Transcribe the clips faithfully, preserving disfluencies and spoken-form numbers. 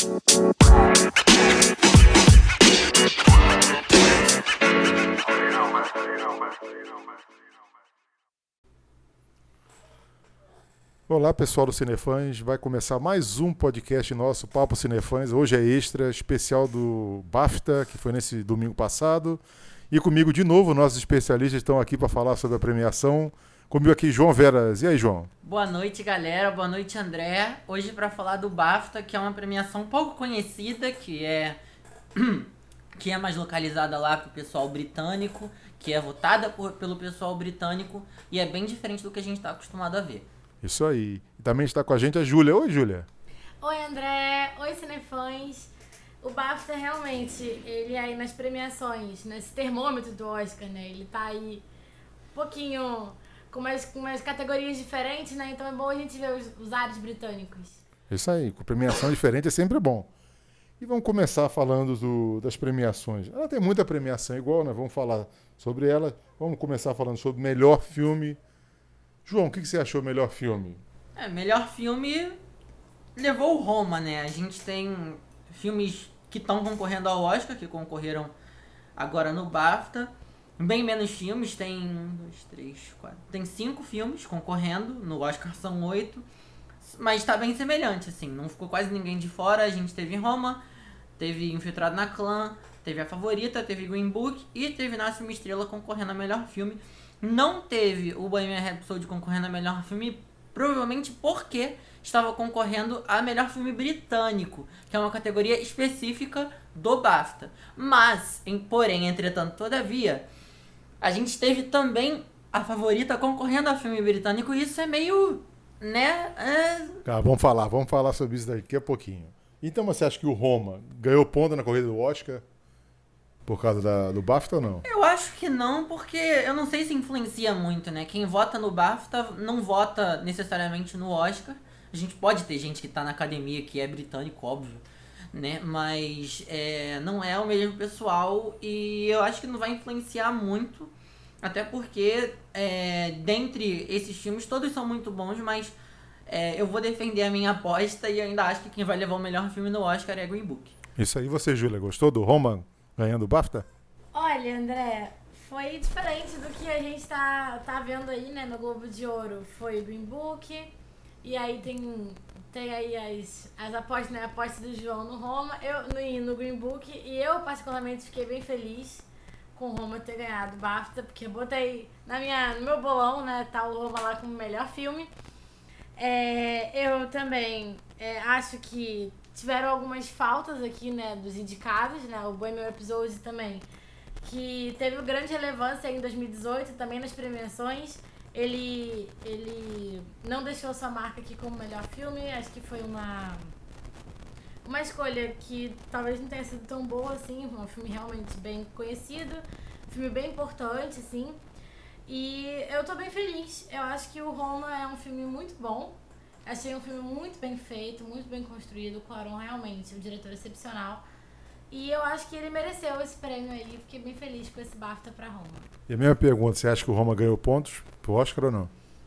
Olá pessoal do Cinefãs, vai começar mais um podcast nosso, Papo Cinefãs. Hoje é extra, especial do BAFTA, que foi nesse domingo passado. E comigo de novo, nossos especialistas estão aqui para falar sobre a premiação. Comigo aqui, João Veras. E aí, João? Boa noite, galera. Boa noite, André. Hoje para falar do BAFTA, que é uma premiação pouco conhecida, que é, que é mais localizada lá pro pessoal britânico, que é votada por, pelo pessoal britânico e é bem diferente do que a gente está acostumado a ver. Isso aí. E também está com a gente a Júlia. Oi, Júlia. Oi, André. Oi, Cinefãs. O BAFTA realmente, ele aí nas premiações, nesse termômetro do Oscar, né? Ele tá aí um pouquinho com umas, com umas categorias diferentes, né? Então é bom a gente ver os, os ares britânicos. Isso aí. Com premiação diferente é sempre bom. E vamos começar falando do, das premiações. Ela tem muita premiação igual, né? Vamos falar sobre ela. Vamos começar falando sobre melhor filme. João, o que você achou melhor filme? É, melhor filme levou o Roma, né? A gente tem filmes que estão concorrendo ao Oscar, que concorreram agora no BAFTA. Bem menos filmes, tem um, dois, três, quatro. Tem cinco filmes concorrendo, no Oscar são oito. Mas está bem semelhante, assim. Não ficou quase ninguém de fora. A gente teve Roma, teve Infiltrado na Clã, teve A Favorita, teve Green Book e teve Nasce uma Estrela concorrendo a melhor filme. Não teve o Bohemian Rhapsody concorrendo a melhor filme, provavelmente porque estava concorrendo a melhor filme britânico, que é uma categoria específica do BAFTA. Mas, em, porém, entretanto, todavia, a gente teve também A Favorita concorrendo a filme britânico, e isso é meio, né? É... Tá, vamos falar, vamos falar sobre isso daqui a pouquinho. Então você acha que o Roma ganhou ponto na corrida do Oscar? Por causa da, do BAFTA ou não? Eu acho que não, porque eu não sei se influencia muito, né? Quem vota no BAFTA não vota necessariamente no Oscar. A gente pode ter gente que tá na academia que é britânico, óbvio, né? Mas é, não é o mesmo pessoal e eu acho que não vai influenciar muito. Até porque, é, dentre esses filmes, todos são muito bons, mas é, eu vou defender a minha aposta e ainda acho que quem vai levar o melhor filme no Oscar é Green Book. Isso aí, você, Júlia, gostou do Roma ganhando o BAFTA? Olha, André, foi diferente do que a gente tá, tá vendo aí, né, no Globo de Ouro. Foi o Green Book, e aí tem, tem aí as, as apostas, né, a aposta do João no Roma, eu no, no Green Book, e eu particularmente fiquei bem feliz com o Roma ter ganhado o BAFTA, porque eu botei na minha, no meu bolão, né, tá o Roma lá como melhor filme. É, eu também é, acho que tiveram algumas faltas aqui, né, dos indicados, né, o Bohemian Rhapsody também, que teve grande relevância em dois mil e dezoito, também nas premiações. Ele, ele não deixou sua marca aqui como melhor filme, acho que foi uma, uma escolha que talvez não tenha sido tão boa, assim, um filme realmente bem conhecido, um filme bem importante, assim, e eu tô bem feliz. Eu acho que o Roma é um filme muito bom. Achei um filme muito bem feito, muito bem construído. O Cuarón realmente é um diretor excepcional. E eu acho que ele mereceu esse prêmio aí. Fiquei bem feliz com esse BAFTA pra Roma. E a mesma pergunta, você acha que o Roma ganhou pontos pro Oscar ou não?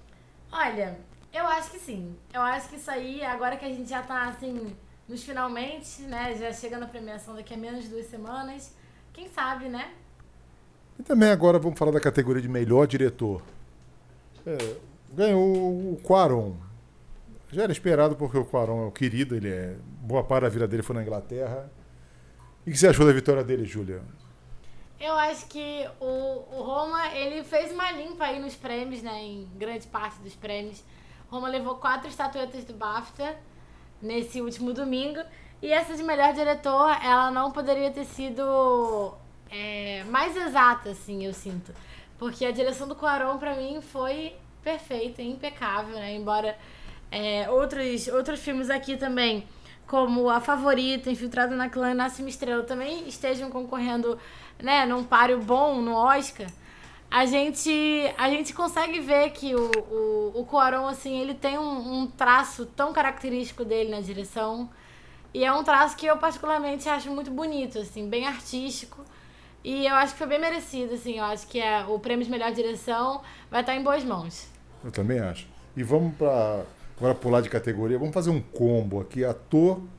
Olha, eu acho que sim. Eu acho que isso aí, agora que a gente já tá assim, nos finalmente, né? Já chegando a premiação daqui a menos de duas semanas. Quem sabe, né? E também agora vamos falar da categoria de melhor diretor. É, ganhou o Cuarón. Já era esperado porque o Cuarón é o querido, ele é. Boa parte da vida dele foi na Inglaterra. E o que você achou da vitória dele, Júlia? Eu acho que o, o Roma, ele fez uma limpa aí nos prêmios, né? Em grande parte dos prêmios. Roma levou quatro estatuetas do BAFTA nesse último domingo. E essa de melhor diretor, ela não poderia ter sido é, mais exata, assim, eu sinto. Porque a direção do Cuarón, pra mim, foi perfeita, impecável, né? Embora é, outros, outros filmes aqui também, como A Favorita, Infiltrado na Clã e Nasce uma Estrela, também estejam concorrendo, né, num páreo bom no Oscar, a gente, a gente consegue ver que o, o, o Cuarón, assim, ele tem um, um traço tão característico dele na direção, e é um traço que eu particularmente acho muito bonito, assim, bem artístico, e eu acho que foi bem merecido, assim, eu acho que é, o prêmio de melhor direção vai estar em boas mãos. Eu também acho. E vamos para agora pular de categoria, vamos fazer um combo aqui, ator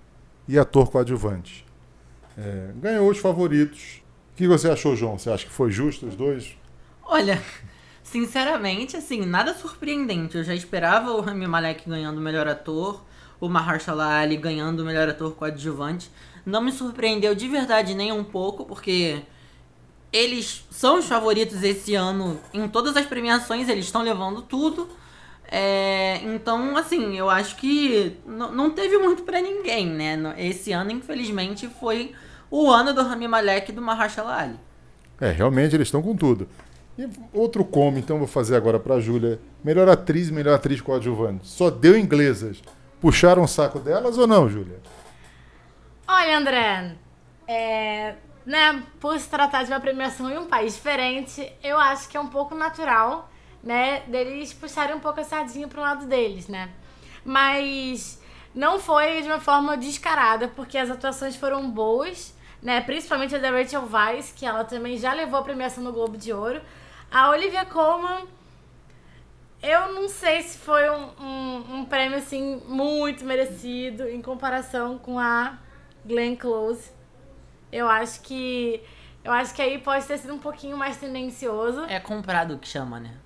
e ator coadjuvante. É, ganhou os favoritos. O que você achou, João? Você acha que foi justo os dois? Olha, sinceramente, assim, nada surpreendente. Eu já esperava o Rami Malek ganhando o melhor ator, o Mahershala Ali ganhando o melhor ator coadjuvante. Não me surpreendeu de verdade nem um pouco, porque eles são os favoritos esse ano em todas as premiações, eles estão levando tudo. É, então, assim, eu acho que n- não teve muito pra ninguém, né? No- Esse ano, infelizmente, foi o ano do Rami Malek e do Mahershala Ali. É, realmente eles estão com tudo. E outro come, então vou fazer agora pra Júlia. Melhor atriz e melhor atriz coadjuvante. Só deu inglesas. Puxaram o saco delas ou não, Júlia? Olha, André, é, né, por se tratar de uma premiação em um país diferente, eu acho que é um pouco natural, né, deles puxarem um pouco a sardinha pro lado deles, né? Mas não foi de uma forma descarada, porque as atuações foram boas, né? Principalmente a da Rachel Weisz, que ela também já levou a premiação no Globo de Ouro. A Olivia Colman, eu não sei se foi um, um, um prêmio, assim, muito merecido em comparação com a Glenn Close. Eu acho que... Eu acho que aí pode ter sido um pouquinho mais tendencioso. É comprado que chama, né?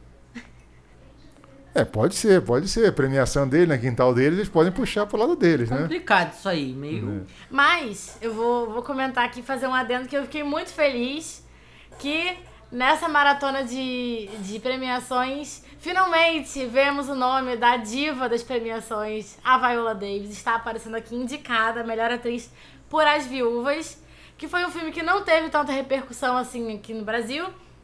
É, pode ser, pode ser. A premiação dele, na quintal deles, eles podem puxar pro lado deles, né? Complicado isso aí, meio... Mas eu vou, vou comentar aqui, fazer um adendo que eu fiquei muito feliz que nessa maratona de, de premiações, finalmente vemos o nome da diva das premiações, a Viola Davis, está aparecendo aqui indicada, melhor atriz por As Viúvas, que foi um filme que não teve tanta repercussão assim aqui no Brasil,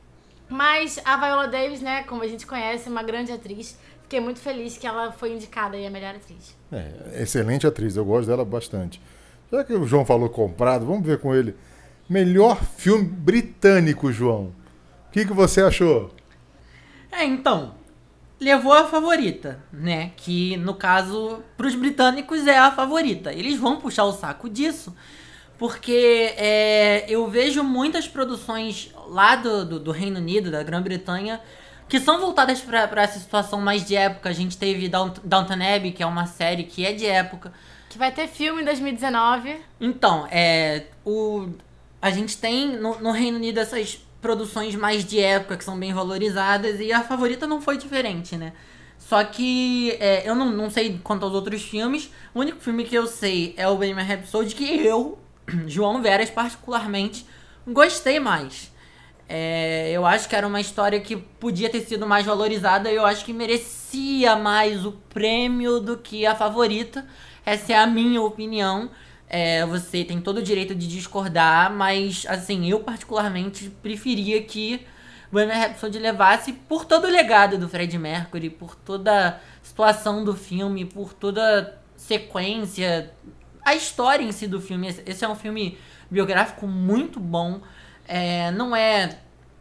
mas a Viola Davis, né, como a gente conhece, é uma grande atriz. Fiquei muito feliz que ela foi indicada aí a melhor atriz. É, excelente atriz, eu gosto dela bastante. Já que o João falou comprado, vamos ver com ele. Melhor filme britânico, João. O que, que você achou? É, então, levou a favorita, né? Que, no caso, pros britânicos é a favorita. Eles vão puxar o saco disso, porque é, eu vejo muitas produções lá do, do, do Reino Unido, da Grã-Bretanha, que são voltadas pra, pra essa situação mais de época. A gente teve Downton Downton Abbey, que é uma série que é de época. Que vai ter filme em dois mil e dezenove. Então, é, o, a gente tem no, no Reino Unido essas produções mais de época que são bem valorizadas, e a favorita não foi diferente, né? Só que é, eu não, não sei quanto aos outros filmes. O único filme que eu sei é o Bohemian Rhapsody, que eu, João Veras, particularmente gostei mais. É, eu acho que era uma história que podia ter sido mais valorizada, e eu acho que merecia mais o prêmio do que a favorita. Essa é a minha opinião. É, você tem todo o direito de discordar, mas, assim, eu particularmente preferia que Bohemian Rhapsody levasse, por todo o legado do Freddie Mercury, por toda a situação do filme, por toda a sequência, a história em si do filme. Esse é um filme biográfico muito bom. É, não é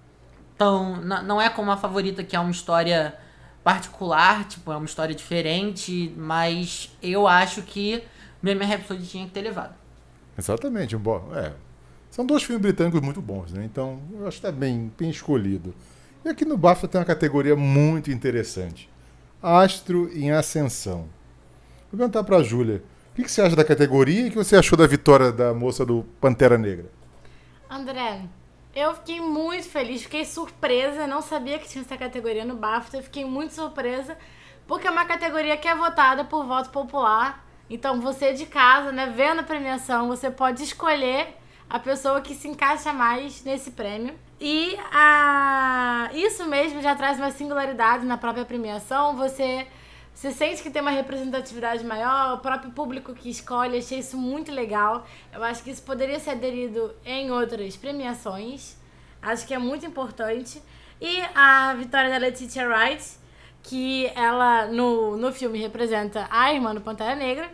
tão, não é como a favorita, que é uma história particular, tipo, é uma história diferente, mas eu acho que Bohemian Rhapsody tinha que ter levado. Exatamente. Um bom, é. São dois filmes britânicos muito bons, né? Então, eu acho que está bem, bem escolhido. E aqui no BAFTA tem uma categoria muito interessante. Astro em Ascensão. Vou perguntar para a Júlia, o que, que você acha da categoria e o que você achou da vitória da moça do Pantera Negra? André, eu fiquei muito feliz, fiquei surpresa, não sabia que tinha essa categoria no BAFTA, eu fiquei muito surpresa, porque é uma categoria que é votada por voto popular. Então você de casa, né, vendo a premiação, você pode escolher a pessoa que se encaixa mais nesse prêmio. E a... isso mesmo já traz uma singularidade na própria premiação. Você, você sente que tem uma representatividade maior, o próprio público que escolhe. Achei isso muito legal. Eu acho que isso poderia ser aderido em outras premiações. Acho que é muito importante. E a vitória da Letitia Wright, que ela no, no filme representa a irmã do Pantera Negra.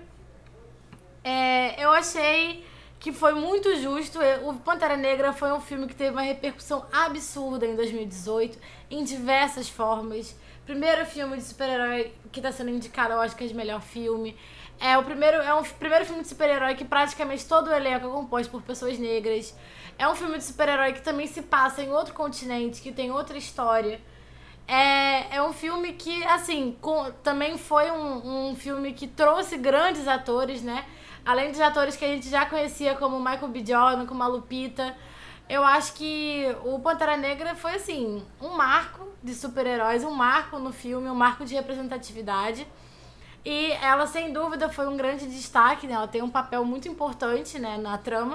É, eu achei que foi muito justo. O Pantera Negra foi um filme que teve uma repercussão absurda em dois mil e dezoito, em diversas formas. Primeiro filme de super-herói que está sendo indicado ao Oscar de melhor filme. É, o primeiro, é um primeiro filme de super-herói que praticamente todo o elenco é composto por pessoas negras. É um filme de super-herói que também se passa em outro continente, que tem outra história. É, é um filme que, assim, com, também foi um, um filme que trouxe grandes atores, né? além dos atores que a gente já conhecia, como o Michael B. Jordan, como a Lupita, eu acho que o Pantera Negra foi, assim, um marco de super-heróis, um marco no filme, um marco de representatividade. E ela, sem dúvida, foi um grande destaque, né? Ela tem um papel muito importante, né, na trama.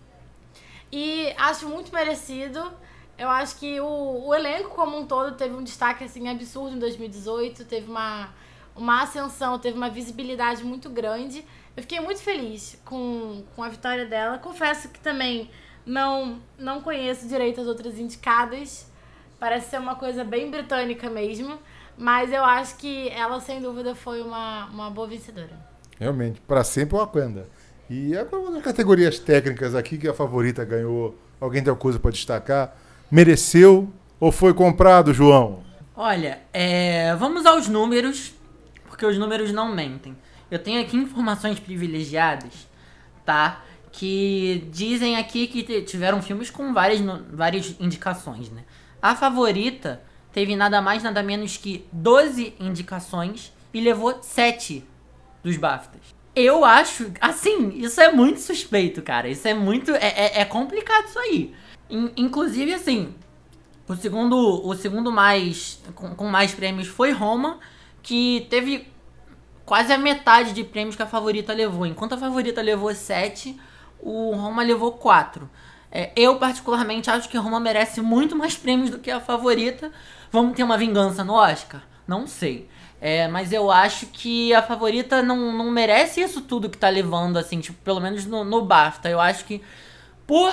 E acho muito merecido. Eu acho que o, o elenco como um todo teve um destaque, assim, absurdo em dois mil e dezoito. Teve uma, uma ascensão, teve uma visibilidade muito grande. Eu fiquei muito feliz com, com a vitória dela. Confesso que também não, não conheço direito as outras indicadas. Parece ser uma coisa bem britânica mesmo. Mas eu acho que ela, sem dúvida, foi uma, uma boa vencedora. Realmente, para sempre o Wakanda. E agora nas categorias técnicas aqui, que a favorita ganhou, alguém tem alguma coisa para destacar? Mereceu ou foi comprado, João? Olha, é, vamos aos números, porque os números não mentem. Eu tenho aqui informações privilegiadas, tá? Que dizem aqui que tiveram filmes com várias, várias indicações, né? A favorita teve nada mais, nada menos que doze indicações e levou sete dos BAFTAs. Eu acho, assim, isso é muito suspeito, cara. Isso é muito, é, é, é complicado isso aí. In, inclusive, assim, o segundo, o segundo mais, com, com mais prêmios foi Roma, que teve quase a metade de prêmios que a favorita levou. Enquanto a favorita levou sete, o Roma levou quatro. É, eu, particularmente, acho que Roma merece muito mais prêmios do que a favorita. Vamos ter uma vingança no Oscar? Não sei. É, mas eu acho que a favorita não, não merece isso tudo que tá levando, assim, tipo, pelo menos no, no BAFTA. Eu acho que, por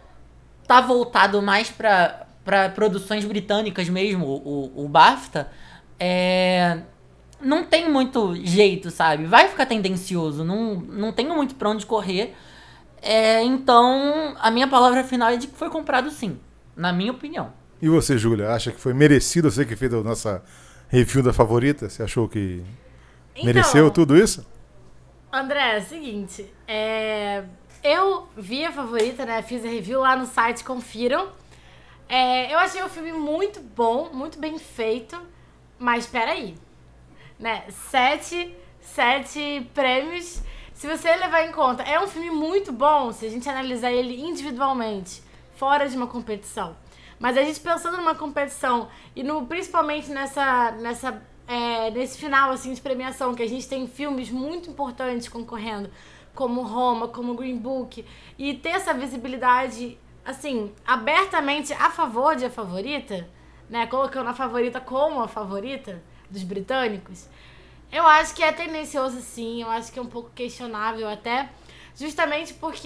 tá voltado mais pra, pra produções britânicas mesmo, o, o, o BAFTA, é, não tem muito jeito, sabe? Vai ficar tendencioso, não, não tenho muito pra onde correr. É, então, a minha palavra final é de que foi comprado sim, na minha opinião. E você, Júlia, acha que foi merecido? Você que fez a nossa review da favorita, você achou que então, mereceu tudo isso? André, é o seguinte, é, eu vi a favorita, né? Fiz a review lá no site, confiram. É, eu achei o filme muito bom, muito bem feito, mas peraí, né? Sete, sete prêmios. Se você levar em conta, é um filme muito bom se a gente analisar ele individualmente, fora de uma competição. Mas a gente pensando numa competição e no, principalmente nessa, nessa, é, nesse final assim, de premiação, que a gente tem filmes muito importantes concorrendo, como Roma, como Green Book, e ter essa visibilidade assim, abertamente a favor de A Favorita, né, colocando a favorita como a favorita dos britânicos, eu acho que é tendencioso sim, eu acho que é um pouco questionável até, justamente porque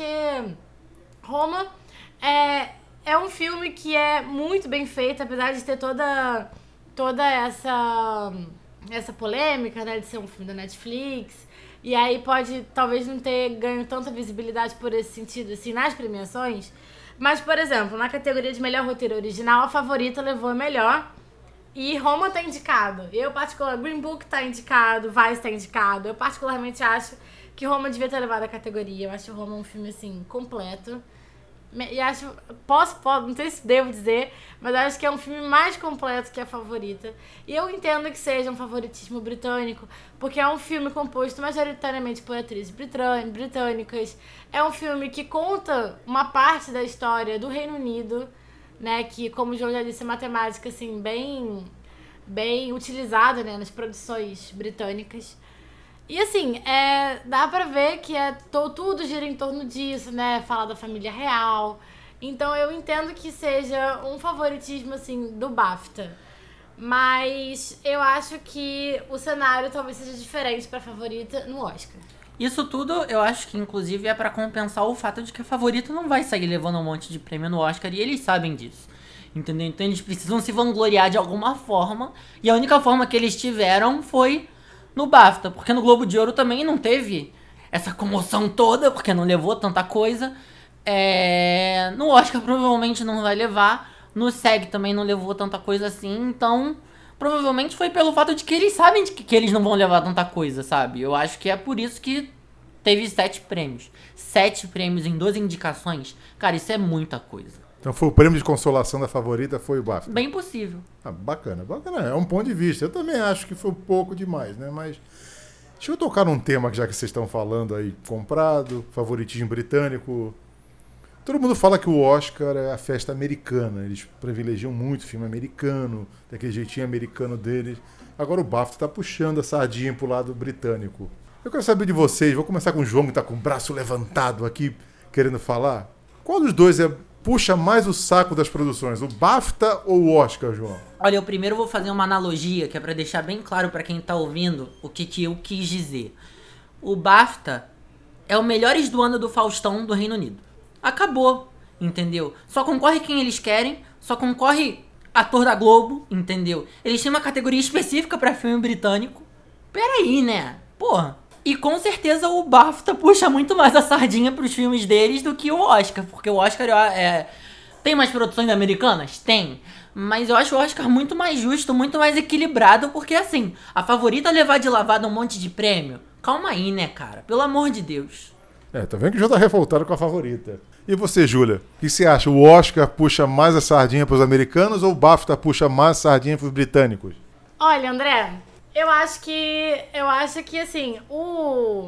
Roma é, é um filme que é muito bem feito, apesar de ter toda, toda essa, essa polêmica, né, de ser um filme da Netflix, e aí pode talvez não ter ganho tanta visibilidade por esse sentido, assim, nas premiações, mas, por exemplo, na categoria de melhor roteiro original, A Favorita levou a melhor. E Roma tá indicado. Eu, particularmente, Green Book tá indicado, Vice tá indicado. Eu, particularmente, acho que Roma devia ter levado a categoria. Eu acho Roma um filme, assim, completo. E acho... Posso, posso, não sei se devo dizer, mas acho que é um filme mais completo que A Favorita. E eu entendo que seja um favoritismo britânico, porque é um filme composto majoritariamente por atrizes britânicas. É um filme que conta uma parte da história do Reino Unido, né, que, como o João já disse, é matemática, assim, bem, bem utilizada, né, nas produções britânicas. E, assim, é, dá pra ver que é, to, tudo gira em torno disso, né, falar da família real. Então, eu entendo que seja um favoritismo, assim, do BAFTA. Mas eu acho que o cenário talvez seja diferente pra favorita no Oscar. Isso tudo, eu acho que, inclusive, é pra compensar o fato de que a favorita não vai sair levando um monte de prêmio no Oscar, e eles sabem disso, entendeu? Então eles precisam se vangloriar de alguma forma, e a única forma que eles tiveram foi no BAFTA, porque no Globo de Ouro também não teve essa comoção toda, porque não levou tanta coisa. É... No Oscar provavelmente não vai levar, no SEG também não levou tanta coisa assim, então... Provavelmente foi pelo fato de que eles sabem de que, que eles não vão levar tanta coisa, sabe? Eu acho que é por isso que teve sete prêmios. Sete prêmios em doze indicações. Cara, isso é muita coisa. Então foi o prêmio de consolação da favorita, foi o BAFTA. Bem possível. Ah, bacana, bacana. É um ponto de vista. Eu também acho que foi um pouco demais, né? Mas Deixa eu tocar num tema que já que vocês estão falando aí, comprado, favoritismo britânico. Todo mundo fala que o Oscar é a festa americana. Eles privilegiam muito o filme americano, daquele jeitinho americano deles. Agora o BAFTA tá puxando a sardinha pro lado britânico. Eu quero saber de vocês, vou começar com o João, que tá com o braço levantado aqui, querendo falar. Qual dos dois é, puxa mais o saco das produções, o BAFTA ou o Oscar, João? Olha, eu primeiro vou fazer uma analogia, que é pra deixar bem claro pra quem tá ouvindo o que, que eu quis dizer. O BAFTA é o Melhores do Ano do Faustão do Reino Unido. Acabou, entendeu? Só concorre quem eles querem, só concorre ator da Globo, entendeu? Eles têm uma categoria específica pra filme britânico. Peraí, né? Porra. E com certeza o BAFTA puxa muito mais a sardinha pros filmes deles do que o Oscar. Porque o Oscar é... Tem mais produções americanas? Tem. Mas eu acho o Oscar muito mais justo, muito mais equilibrado. Porque assim, a Favorita levar de lavada um monte de prêmio? Calma aí, né, cara? Pelo amor de Deus. É, tá vendo que o João tá revoltado com a Favorita. E você, Júlia? O que você acha? O Oscar puxa mais a sardinha pros americanos ou o BAFTA puxa mais a sardinha pros britânicos? Olha, André... Eu acho que, eu acho que assim, o,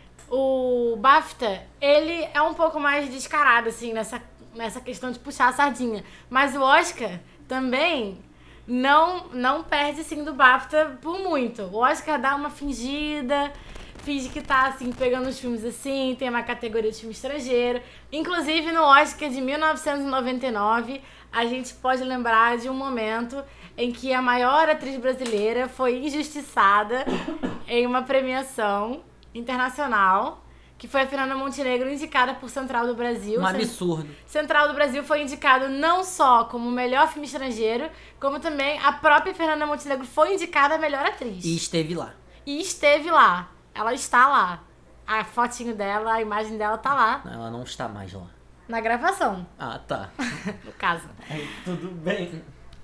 o BAFTA, ele é um pouco mais descarado, assim, nessa, nessa questão de puxar a sardinha. Mas o Oscar também não, não perde, assim, do BAFTA por muito. O Oscar dá uma fingida, finge que tá, assim, pegando os filmes assim, tem uma categoria de filme estrangeiro. Inclusive, no Oscar de mil novecentos e noventa e nove, a gente pode lembrar de um momento em que a maior atriz brasileira foi injustiçada em uma premiação internacional, que foi a Fernanda Montenegro, indicada por Central do Brasil. Um absurdo. Central do Brasil foi indicado não só como o melhor filme estrangeiro, como também a própria Fernanda Montenegro foi indicada a melhor atriz. E esteve lá. E esteve lá. Ela está lá. A fotinho dela, a imagem dela tá lá. Ela não está mais lá. Na gravação. Ah, tá. No caso. Aí, tudo bem.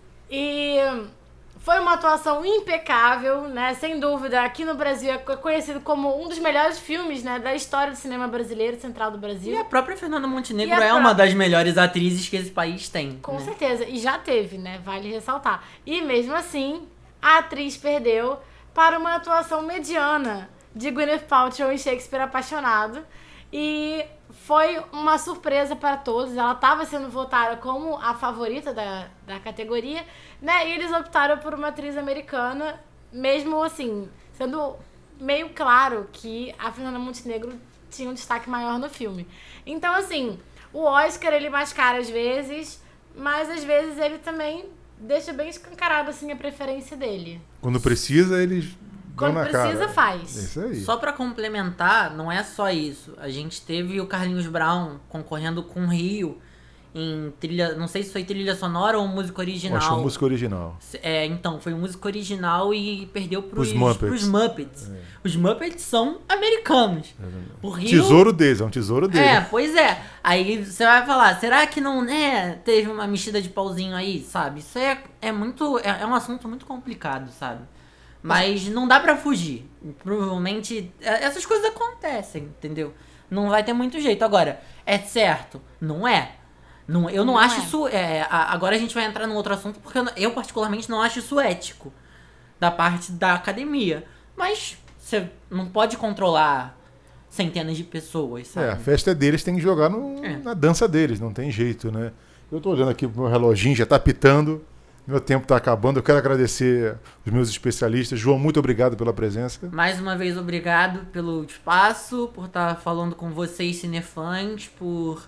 E foi uma atuação impecável, né? Sem dúvida, aqui no Brasil é conhecido como um dos melhores filmes, né, da história do cinema brasileiro, Central do Brasil. E a própria Fernanda Montenegro E a é própria- uma das melhores atrizes que esse país tem. Com né? certeza. E já teve, né? Vale ressaltar. E mesmo assim, a atriz perdeu para uma atuação mediana de Gwyneth Paltrow em Shakespeare Apaixonado. E foi uma surpresa para todos. Ela estava sendo votada como a favorita da, da categoria, né? E eles optaram por uma atriz americana, mesmo assim, sendo meio claro que a Fernanda Montenegro tinha um destaque maior no filme. Então, assim, o Oscar, ele mascara às vezes, mas às vezes ele também deixa bem escancarado, assim, a preferência dele. Quando precisa, eles dão Quando na precisa, cara. faz. É isso aí. Só pra complementar, não é só isso. A gente teve o Carlinhos Brown concorrendo com o Rio em trilha, não sei se foi trilha sonora ou música original. Acho música original. É, então, foi música original e perdeu pros, Os Muppets. pros Muppets. É. Os Muppets são americanos. É o Rio... Tesouro deles, é um tesouro deles. É, pois é. Aí você vai falar, será que não, né, teve uma mexida de pauzinho aí, sabe? Isso é, é muito, é, é um assunto muito complicado, sabe? Mas não dá pra fugir. Provavelmente, essas coisas acontecem, entendeu? Não vai ter muito jeito. Agora, é certo? Não é. Não, eu não, Não acho é. isso... É, a- agora a gente vai entrar num outro assunto, porque eu, eu particularmente não acho isso ético da parte da academia. Mas você não pode controlar centenas de pessoas, sabe? É, a festa é deles, tem que jogar no- É. na dança deles, não tem jeito, né? Eu tô olhando aqui pro meu reloginho, já tá pitando, meu tempo tá acabando. Eu quero agradecer os meus especialistas. João, muito obrigado pela presença. Mais uma vez, obrigado pelo espaço, por estar falando com vocês, cinefãs, por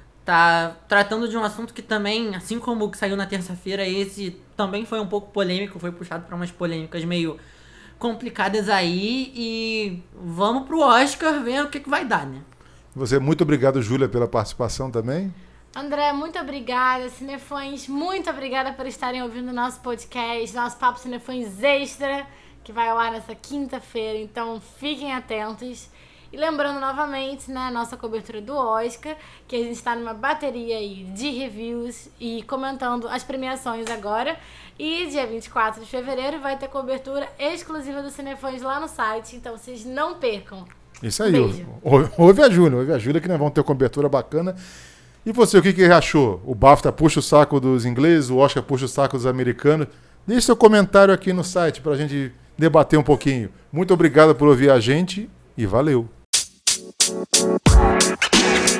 estar tratando de um assunto que também, assim como o que saiu na terça-feira, esse também foi um pouco polêmico, foi puxado para umas polêmicas meio complicadas aí. E vamos pro Oscar ver o que, que vai dar, né? Você, muito obrigado, Júlia, pela participação também. André, muito obrigada. Cinefãs, muito obrigada por estarem ouvindo o nosso podcast, nosso Papo Cinefãs Extra, que vai ao ar nessa quinta-feira. Então, fiquem atentos. E lembrando novamente, né, a nossa cobertura do Oscar, que a gente está numa bateria aí de reviews e comentando as premiações agora. E dia vinte e quatro de fevereiro vai ter cobertura exclusiva do Cinefãs lá no site, então vocês não percam. Isso aí. Beijo. Ou- Ouve a Júlia, ouve a Júlia que nós vamos ter cobertura bacana. E você, o que, que achou? O BAFTA puxa o saco dos ingleses, o Oscar puxa o saco dos americanos? Deixe seu comentário aqui no site pra gente debater um pouquinho. Muito obrigado por ouvir a gente e valeu!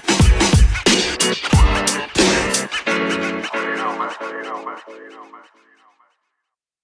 You know, man. You know, man. You know, man.